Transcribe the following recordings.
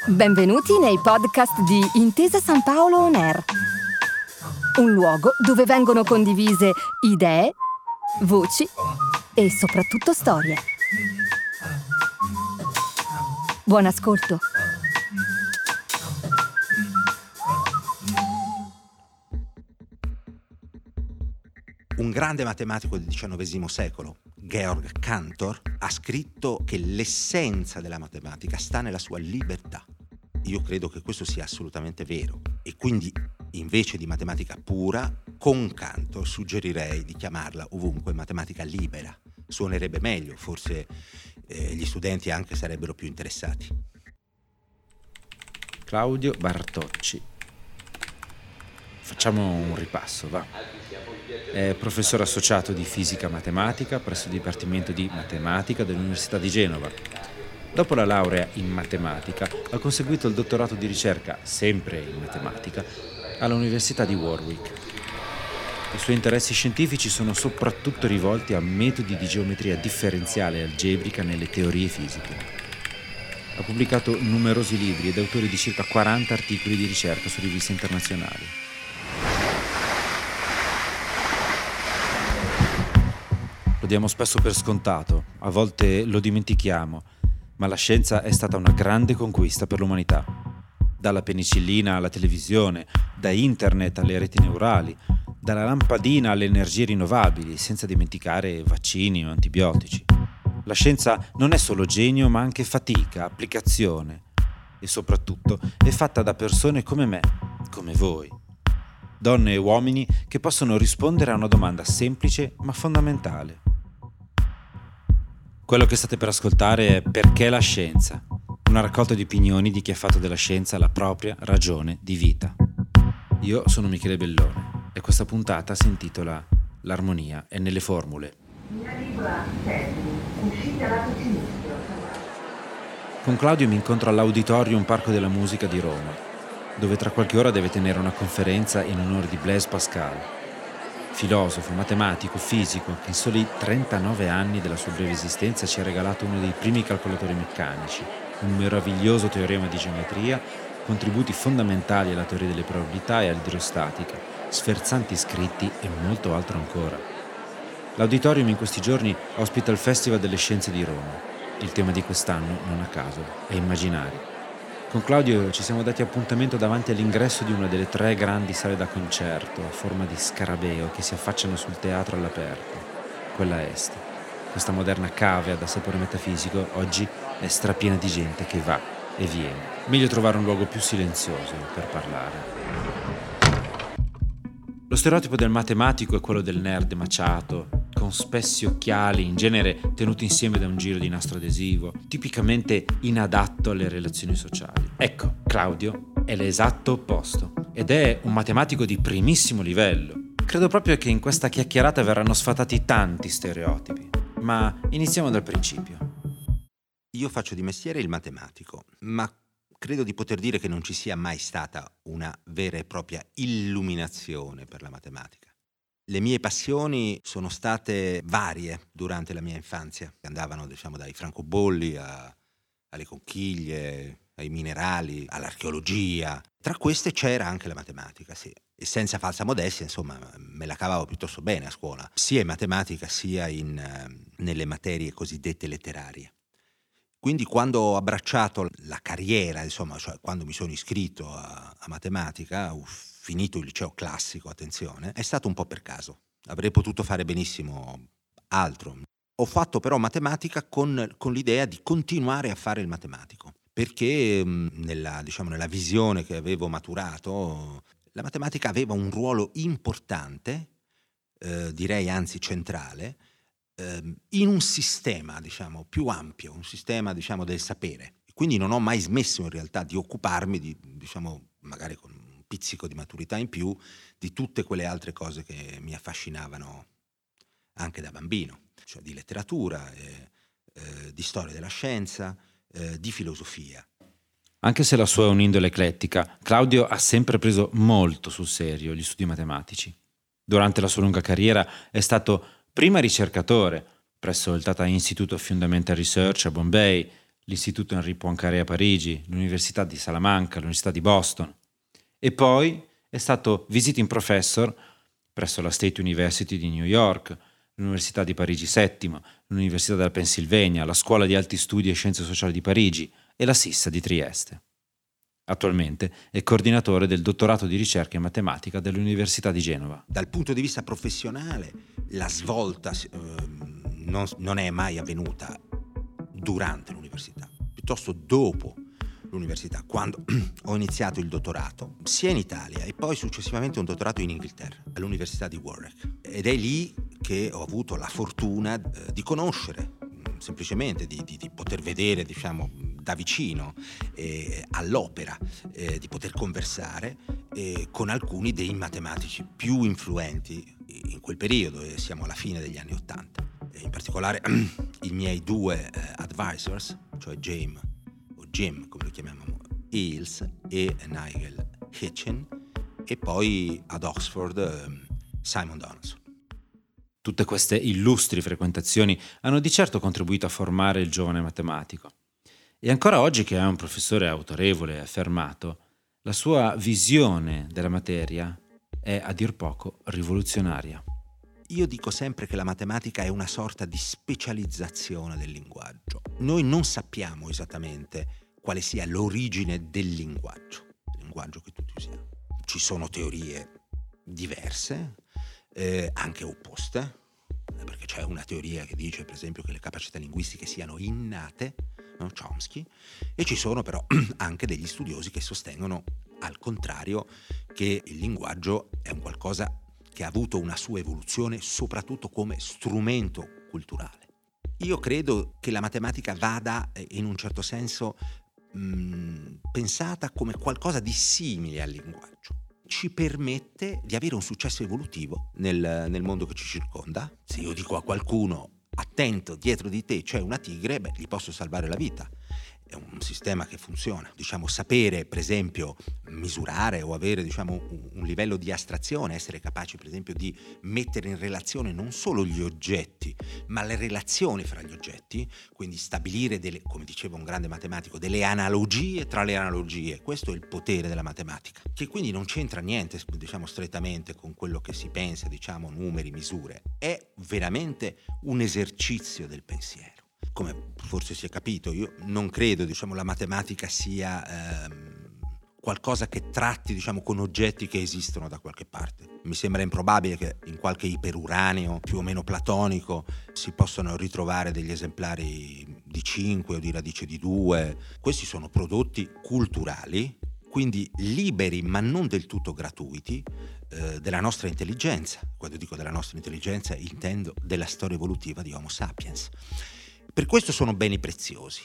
Benvenuti nei podcast di Intesa San Paolo On Air, un luogo dove vengono condivise idee, voci e soprattutto storie. Buon ascolto. Un grande matematico del XIX secolo, Georg Cantor, ha scritto che l'essenza della matematica sta nella sua libertà. Io credo che questo sia assolutamente vero e quindi invece di matematica pura, con Cantor suggerirei di chiamarla ovunque matematica libera. Suonerebbe meglio, forse gli studenti anche sarebbero più interessati. Claudio Bartocci. Facciamo un ripasso, va. È professore associato di fisica matematica presso il Dipartimento di Matematica dell'Università di Genova. Dopo la laurea in matematica ha conseguito il dottorato di ricerca, sempre in matematica, all'Università di Warwick. I suoi interessi scientifici sono soprattutto rivolti a metodi di geometria differenziale e algebrica nelle teorie fisiche. Ha pubblicato numerosi libri ed è autore di circa 40 articoli di ricerca su riviste internazionali. Lo diamo spesso per scontato, a volte lo dimentichiamo, ma la scienza è stata una grande conquista per l'umanità. Dalla penicillina alla televisione, da internet alle reti neurali, dalla lampadina alle energie rinnovabili, senza dimenticare vaccini o antibiotici. La scienza non è solo genio, ma anche fatica, applicazione e soprattutto è fatta da persone come me, come voi. Donne e uomini che possono rispondere a una domanda semplice ma fondamentale. Quello che state per ascoltare è Perché la scienza? Una raccolta di opinioni di chi ha fatto della scienza la propria ragione di vita. Io sono Michele Bellone e questa puntata si intitola L'armonia è nelle formule. Con Claudio mi incontro all'Auditorium Parco della Musica di Roma, dove tra qualche ora deve tenere una conferenza in onore di Blaise Pascal, filosofo, matematico, fisico, che in soli 39 anni della sua breve esistenza ci ha regalato uno dei primi calcolatori meccanici, un meraviglioso teorema di geometria, contributi fondamentali alla teoria delle probabilità e all'idrostatica, sferzanti scritti e molto altro ancora. L'Auditorium in questi giorni ospita il Festival delle Scienze di Roma. Il tema di quest'anno, non a caso, è immaginario. Con Claudio ci siamo dati appuntamento davanti all'ingresso di una delle 3 grandi sale da concerto a forma di scarabeo che si affacciano sul teatro all'aperto, quella est. Questa moderna cave ad sapore metafisico oggi è strapiena di gente che va e viene. Meglio trovare un luogo più silenzioso per parlare. Lo stereotipo del matematico è quello del nerd maciato, con spessi occhiali, in genere tenuti insieme da un giro di nastro adesivo, tipicamente inadatto alle relazioni sociali. Ecco, Claudio è l'esatto opposto ed è un matematico di primissimo livello. Credo proprio che in questa chiacchierata verranno sfatati tanti stereotipi, ma iniziamo dal principio. Io faccio di mestiere il matematico, ma credo di poter dire che non ci sia mai stata una vera e propria illuminazione per la matematica. Le mie passioni sono state varie durante la mia infanzia. Andavano, dai francobolli alle conchiglie, ai minerali, all'archeologia. Tra queste c'era anche la matematica, sì. E senza falsa modestia, insomma, me la cavavo piuttosto bene a scuola, sia in matematica sia nelle materie cosiddette letterarie. Quindi quando ho abbracciato la carriera, cioè quando mi sono iscritto a matematica, finito il liceo classico, attenzione, è stato un po' per caso. Avrei potuto fare benissimo altro. Ho fatto però matematica con l'idea di continuare a fare il matematico, perché nella visione che avevo maturato, la matematica aveva un ruolo importante, direi anzi centrale, in un sistema più ampio, un sistema del sapere. Quindi non ho mai smesso in realtà di occuparmi di magari con un pizzico di maturità in più di tutte quelle altre cose che mi affascinavano anche da bambino, cioè di letteratura, di storia della scienza, di filosofia. Anche se la sua è un'indole eclettica, Claudio ha sempre preso molto sul serio gli studi matematici. Durante la sua lunga carriera è stato prima ricercatore presso il Tata Institute of Fundamental Research a Bombay, l'Istituto Henri Poincaré a Parigi, l'Università di Salamanca, l'Università di Boston. E poi è stato visiting professor presso la State University di New York, l'Università di Parigi VII, l'Università della Pennsylvania, la Scuola di Alti Studi e Scienze Sociali di Parigi e la SISSA di Trieste. Attualmente è coordinatore del dottorato di ricerca in matematica dell'Università di Genova. Dal punto di vista professionale, la svolta non è mai avvenuta durante l'università, piuttosto dopo l'università, quando ho iniziato il dottorato, sia in Italia e poi successivamente un dottorato in Inghilterra, all'Università di Warwick. Ed è lì che ho avuto la fortuna di conoscere, semplicemente di poter vedere, diciamo, da vicino all'opera, di poter conversare con alcuni dei matematici più influenti in quel periodo, e siamo alla fine degli anni '80. In particolare i miei due advisors, cioè Jim, come lo chiamiamo, Eales e Nigel Hitchin, e poi ad Oxford Simon Donaldson. Tutte queste illustri frequentazioni hanno di certo contribuito a formare il giovane matematico. E ancora oggi, che è un professore autorevole e affermato, la sua visione della materia è a dir poco rivoluzionaria. Io dico sempre che la matematica è una sorta di specializzazione del linguaggio. Noi non sappiamo esattamente quale sia l'origine del linguaggio che tutti usiamo. Ci sono teorie diverse, anche opposte, perché c'è una teoria che dice, per esempio, che le capacità linguistiche siano innate, no? Chomsky, e ci sono però anche degli studiosi che sostengono, al contrario, che il linguaggio è un qualcosa che ha avuto una sua evoluzione soprattutto come strumento culturale. Io credo che la matematica vada, in un certo senso, pensata come qualcosa di simile al linguaggio. Ci permette di avere un successo evolutivo nel mondo che ci circonda. Se io dico a qualcuno: attento, dietro di te c'è una tigre, gli posso salvare la vita. È un sistema che funziona. Sapere, per esempio, misurare o avere, un livello di astrazione, essere capaci, per esempio, di mettere in relazione non solo gli oggetti, ma le relazioni fra gli oggetti, quindi stabilire come diceva un grande matematico, delle analogie tra le analogie. Questo è il potere della matematica, che quindi non c'entra niente, strettamente con quello che si pensa, numeri, misure. È veramente un esercizio del pensiero. Come forse si è capito, io non credo, la matematica sia qualcosa che tratti, con oggetti che esistono da qualche parte. Mi sembra improbabile che in qualche iperuranio più o meno platonico si possano ritrovare degli esemplari di 5 o di radice di 2. Questi sono prodotti culturali, quindi liberi ma non del tutto gratuiti, della nostra intelligenza. Quando dico della nostra intelligenza intendo della storia evolutiva di Homo sapiens. Per questo sono beni preziosi,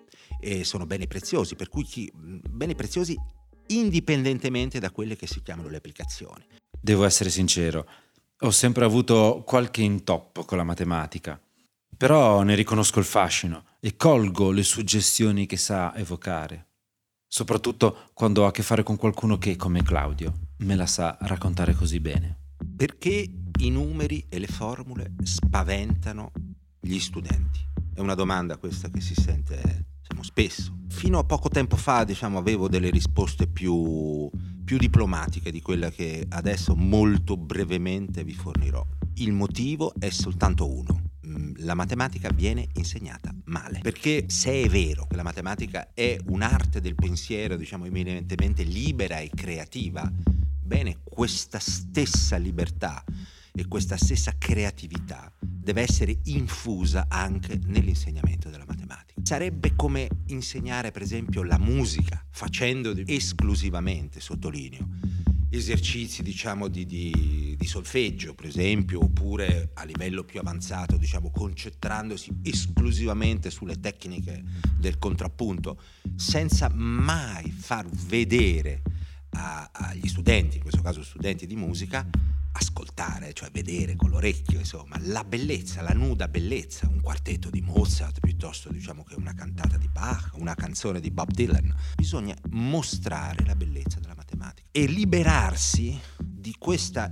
per cui beni preziosi indipendentemente da quelle che si chiamano le applicazioni. Devo essere sincero, ho sempre avuto qualche intoppo con la matematica, però ne riconosco il fascino e colgo le suggestioni che sa evocare, soprattutto quando ho a che fare con qualcuno che, come Claudio, me la sa raccontare così bene. Perché i numeri e le formule spaventano gli studenti? È una domanda questa che si sente spesso. Fino a poco tempo fa, avevo delle risposte più diplomatiche di quella che adesso molto brevemente vi fornirò. Il motivo è soltanto uno: la matematica viene insegnata male. Perché se è vero che la matematica è un'arte del pensiero, eminentemente libera e creativa, bene, questa stessa libertà e questa stessa creatività deve essere infusa anche nell'insegnamento della matematica. Sarebbe come insegnare, per esempio, la musica, facendo esclusivamente, sottolineo, esercizi, di solfeggio, per esempio, oppure a livello più avanzato, concentrandosi esclusivamente sulle tecniche del contrappunto, senza mai far vedere agli studenti, in questo caso studenti di musica, ascoltare, cioè vedere con l'orecchio, la bellezza, la nuda bellezza, un quartetto di Mozart piuttosto che una cantata di Bach, una canzone di Bob Dylan. Bisogna mostrare la bellezza della matematica e liberarsi di questa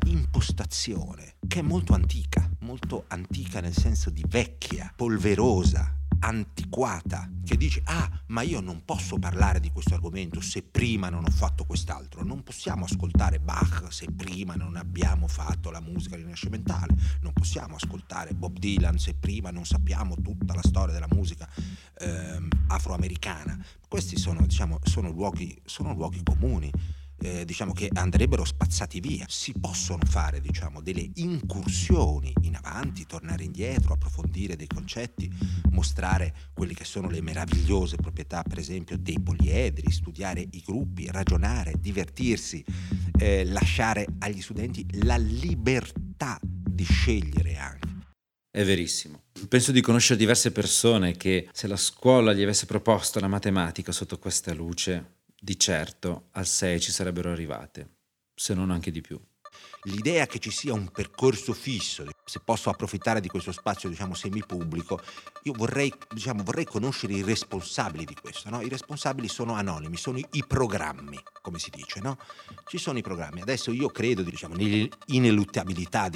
impostazione che è molto antica nel senso di vecchia, polverosa, antiquata che dice ma io non posso parlare di questo argomento se prima non ho fatto quest'altro, non possiamo ascoltare Bach se prima non abbiamo fatto la musica rinascimentale, non possiamo ascoltare Bob Dylan se prima non sappiamo tutta la storia della musica afroamericana. Questi sono luoghi comuni, che andrebbero spazzati via. Si possono fare delle incursioni in avanti, tornare indietro, approfondire dei concetti, mostrare quelle che sono le meravigliose proprietà, per esempio, dei poliedri, studiare i gruppi, ragionare, divertirsi, lasciare agli studenti la libertà di scegliere anche. È verissimo. Penso di conoscere diverse persone che, se la scuola gli avesse proposto la matematica sotto questa luce, di certo al 6 ci sarebbero arrivate, se non anche di più. L'idea che ci sia un percorso fisso, se posso approfittare di questo spazio semipubblico, io vorrei conoscere i responsabili di questo, no? I responsabili sono anonimi, sono i programmi, come si dice, no? Ci sono i programmi. Adesso io credo nell'ineluttabilità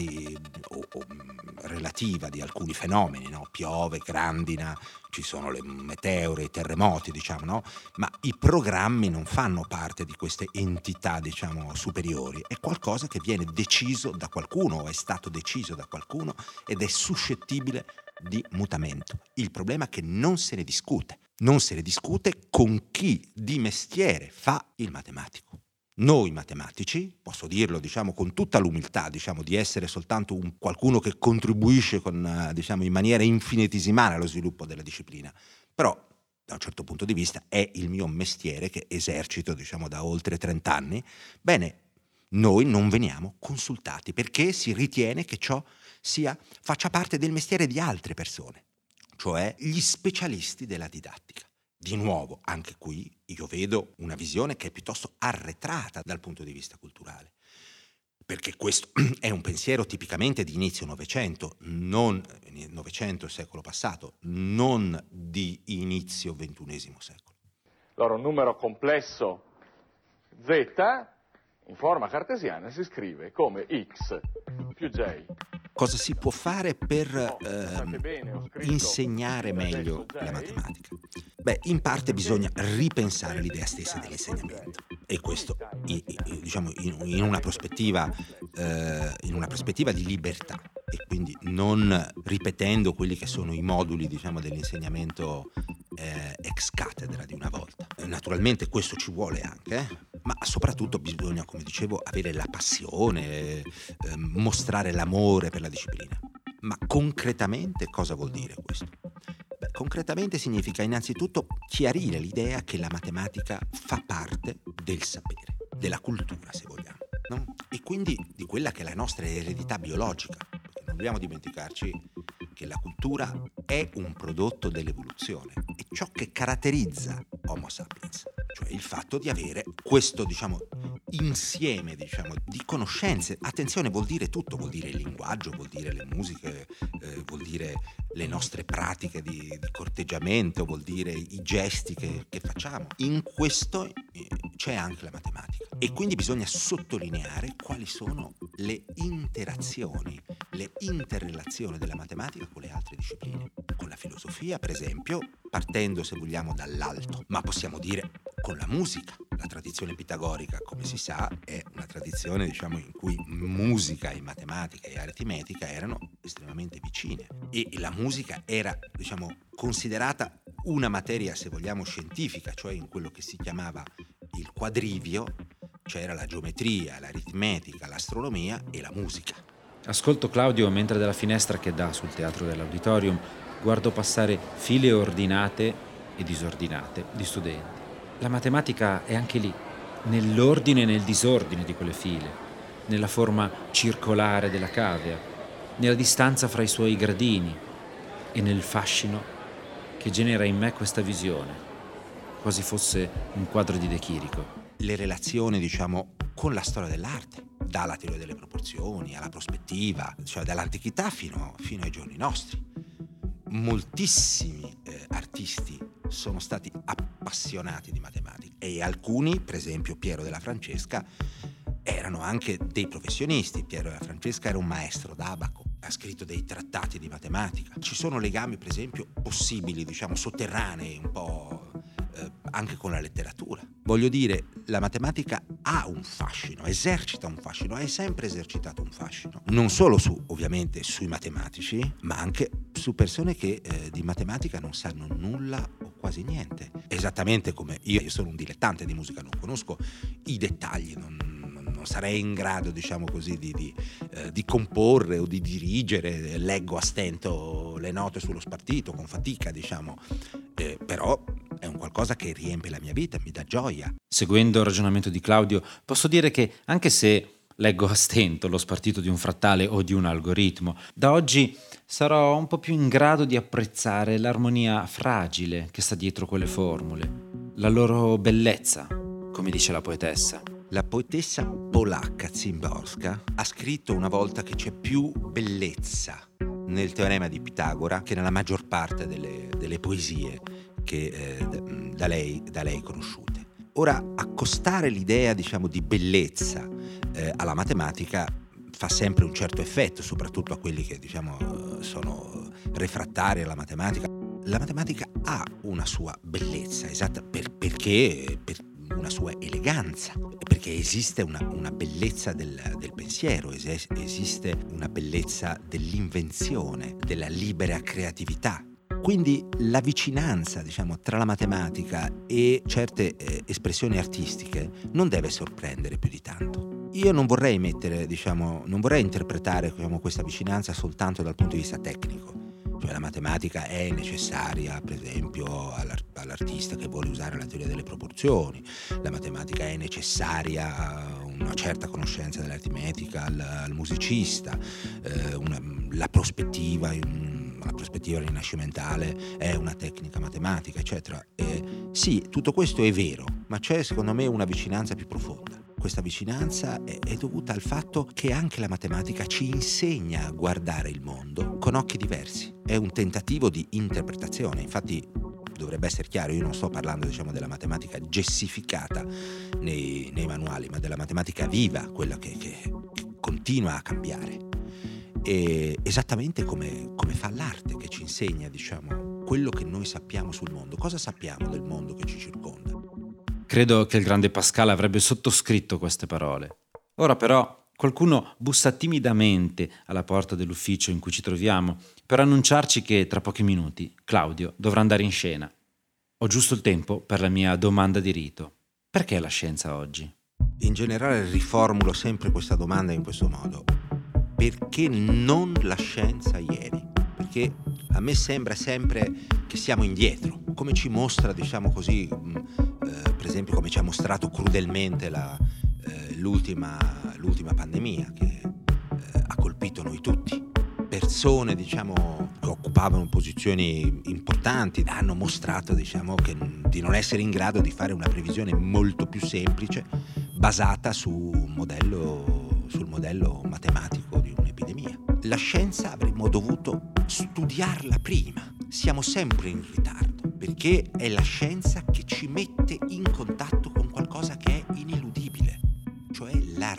relativa di alcuni fenomeni, no? Piove, grandina, ci sono le meteore, i terremoti, no? Ma i programmi non fanno parte di queste entità, superiori. È qualcosa che viene deciso da qualcuno, o è stato deciso da qualcuno, ed è suscettibile di mutamento. Il problema è che non se ne discute con chi di mestiere fa il matematico. Noi matematici, posso dirlo con tutta l'umiltà di essere soltanto qualcuno che contribuisce in maniera infinitesimale allo sviluppo della disciplina, però da un certo punto di vista è il mio mestiere che esercito da oltre 30 anni. Bene, noi non veniamo consultati perché si ritiene che ciò faccia parte del mestiere di altre persone, cioè gli specialisti della didattica. Di nuovo, anche qui io vedo una visione che è piuttosto arretrata dal punto di vista culturale, perché questo è un pensiero tipicamente di inizio Novecento, non Novecento secolo passato, non di inizio XXI secolo. Allora, un numero complesso Z in forma cartesiana si scrive come X più J. Cosa si può fare per insegnare meglio la matematica? In parte bisogna ripensare l'idea stessa dell'insegnamento, e questo in una prospettiva di libertà, e quindi non ripetendo quelli che sono i moduli dell'insegnamento ex cattedra di una volta. Naturalmente questo ci vuole anche, ma soprattutto bisogna, come dicevo, avere la passione, mostrare l'amore per la disciplina. Ma concretamente cosa vuol dire questo? Concretamente significa innanzitutto chiarire l'idea che la matematica fa parte del sapere, della cultura, se vogliamo, no? E quindi di quella che è la nostra eredità biologica, perché non dobbiamo dimenticarci che la cultura è un prodotto dell'evoluzione, è ciò che caratterizza Homo sapiens, cioè il fatto di avere questo insieme di conoscenze. Attenzione, vuol dire tutto, vuol dire il linguaggio, vuol dire le musiche, vuol dire le nostre pratiche di corteggiamento, vuol dire i gesti che facciamo. In questo c'è anche la matematica, e quindi bisogna sottolineare quali sono le interazioni, le interrelazioni della matematica con le altre discipline, con la filosofia per esempio, partendo se vogliamo dall'alto, ma possiamo dire con la musica. La tradizione pitagorica, come si sa, è una tradizione in cui musica e matematica e aritmetica erano estremamente vicine, e la musica era considerata una materia, se vogliamo, scientifica, cioè in quello che si chiamava il quadrivio c'era la geometria, l'aritmetica, l'astronomia e la musica. Ascolto Claudio mentre dalla finestra che dà sul teatro dell'auditorium guardo passare file ordinate e disordinate di studenti. La matematica è anche lì, nell'ordine e nel disordine di quelle file, nella forma circolare della cavea, nella distanza fra i suoi gradini e nel fascino che genera in me questa visione, quasi fosse un quadro di De Chirico. Le relazioni, con la storia dell'arte, dalla teoria delle proporzioni alla prospettiva, cioè dall'antichità fino ai giorni nostri. Moltissimi artisti sono stati appassionati di matematica, e alcuni, per esempio Piero della Francesca, erano anche dei professionisti. Piero della Francesca era un maestro d'abaco, ha scritto dei trattati di matematica. Ci sono legami, per esempio, possibili, diciamo, sotterranei, un po' anche con la letteratura. Voglio dire, la matematica ha un fascino, esercita un fascino, hai sempre esercitato un fascino. Non solo ovviamente sui matematici, ma anche su persone che di matematica non sanno nulla o quasi niente. Esattamente come io sono un dilettante di musica, non conosco i dettagli, non sarei in grado, diciamo così, di comporre o di dirigere. Leggo a stento le note sullo spartito con fatica, diciamo, però è un qualcosa che riempie la mia vita, mi dà gioia. Seguendo il ragionamento di Claudio, posso dire che anche se leggo a stento lo spartito di un frattale o di un algoritmo, da oggi sarò un po' più in grado di apprezzare l'armonia fragile che sta dietro quelle formule, la loro bellezza, come dice la poetessa. La poetessa polacca Szymborska ha scritto una volta che c'è più bellezza nel teorema di Pitagora che nella maggior parte delle poesie che da lei conosciute. Ora, accostare l'idea, diciamo, di bellezza alla matematica fa sempre un certo effetto, soprattutto a quelli che, diciamo, sono refrattari alla matematica. La matematica ha una sua bellezza, esatta, perché una sua eleganza, perché esiste una bellezza del pensiero, esiste una bellezza dell'invenzione, della libera creatività. Quindi la vicinanza, diciamo, tra la matematica e certe espressioni artistiche non deve sorprendere più di tanto. Io non vorrei non vorrei interpretare, diciamo, questa vicinanza soltanto dal punto di vista tecnico. Cioè la matematica è necessaria, per esempio, all'artista che vuole usare la teoria delle proporzioni, la matematica è necessaria a una certa conoscenza dell'aritmetica al musicista, la prospettiva rinascimentale è una tecnica matematica, eccetera. Sì, tutto questo è vero, ma c'è secondo me una vicinanza più profonda. Questa vicinanza è dovuta al fatto che anche la matematica ci insegna a guardare il mondo con occhi diversi. È un tentativo di interpretazione, infatti dovrebbe essere chiaro, io non sto parlando, diciamo, della matematica gessificata nei manuali, ma della matematica viva, quella che continua a cambiare. E esattamente come fa l'arte, che ci insegna, diciamo, quello che noi sappiamo sul mondo. Cosa sappiamo del mondo che ci circonda? Credo che il grande Pascal avrebbe sottoscritto queste parole. Ora però qualcuno bussa timidamente alla porta dell'ufficio in cui ci troviamo per annunciarci che tra pochi minuti Claudio dovrà andare in scena. Ho giusto il tempo per la mia domanda di rito. Perché la scienza oggi? In generale riformulo sempre questa domanda in questo modo. Perché non la scienza ieri? Perché a me sembra sempre che siamo indietro, come ci mostra, diciamo così, per esempio come ci ha mostrato crudelmente l'ultima pandemia che ha colpito noi tutti. Persone, diciamo, che occupavano posizioni importanti hanno mostrato, diciamo, di non essere in grado di fare una previsione molto più semplice basata sul modello matematico di un'epidemia. La scienza avremmo dovuto studiarla prima. Siamo sempre in ritardo, perché è la scienza che ci mette in contatto con qualcosa che è ineludibile, cioè la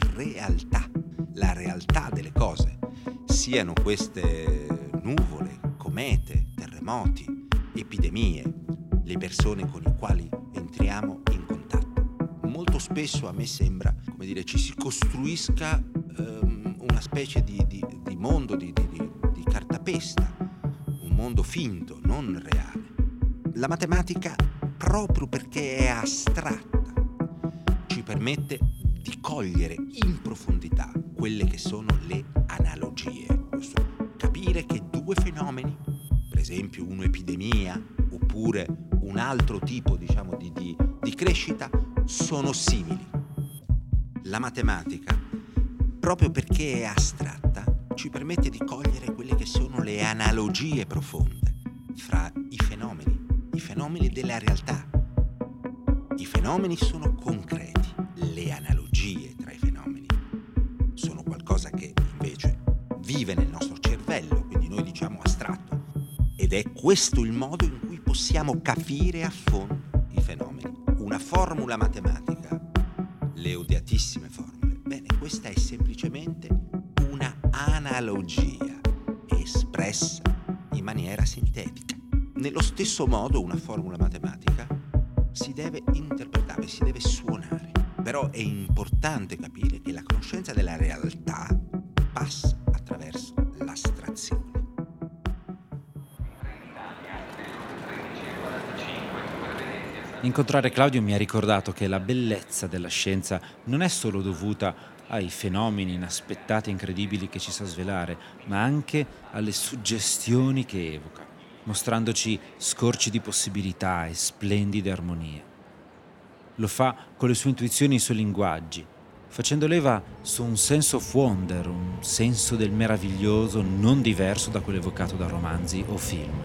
realtà delle cose, siano queste nuvole, comete, terremoti, epidemie, le persone con i quali entriamo in contatto. Molto spesso a me sembra, come dire, ci si costruisca una specie di mondo di cartapesta, un mondo finto, non reale. La matematica, proprio perché è astratta, ci permette di cogliere in profondità quelle che sono le analogie, capire che due fenomeni, per esempio un'epidemia oppure un altro tipo, diciamo, di crescita, sono simili. La matematica, proprio perché è astratta, ci permette di cogliere quelle che sono le analogie profonde fra i fenomeni della realtà. I fenomeni sono concreti, le analogie tra i fenomeni sono qualcosa che invece vive nel nostro cervello, quindi noi diciamo astratto, ed è questo il modo in cui possiamo capire a fondo i fenomeni. Una formula matematica, le odiatissime formule, bene, questa è semplicemente una analogia espressa in maniera sintetica. Nello stesso modo una formula matematica si deve interpretare, si deve suonare. Però è importante capire che la conoscenza della realtà passa attraverso l'astrazione. Incontrare Claudio mi ha ricordato che la bellezza della scienza non è solo dovuta ai fenomeni inaspettati e incredibili che ci sa svelare, ma anche alle suggestioni che evoca, mostrandoci scorci di possibilità e splendide armonie. Lo fa con le sue intuizioni e i suoi linguaggi, facendo leva su un sense of wonder, un senso del meraviglioso non diverso da quello evocato da romanzi o film.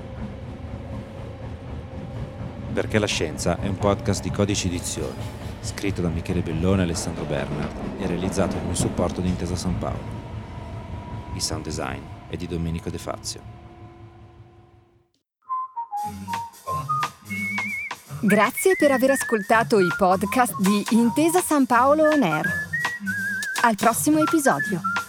Perché la scienza è un podcast di Codici Edizioni, scritto da Michele Bellone e Alessandro Bernard e realizzato con il supporto di Intesa San Paolo. Il sound design è di Domenico De Fazio. Grazie per aver ascoltato i podcast di Intesa San Paolo On Air. Al prossimo episodio.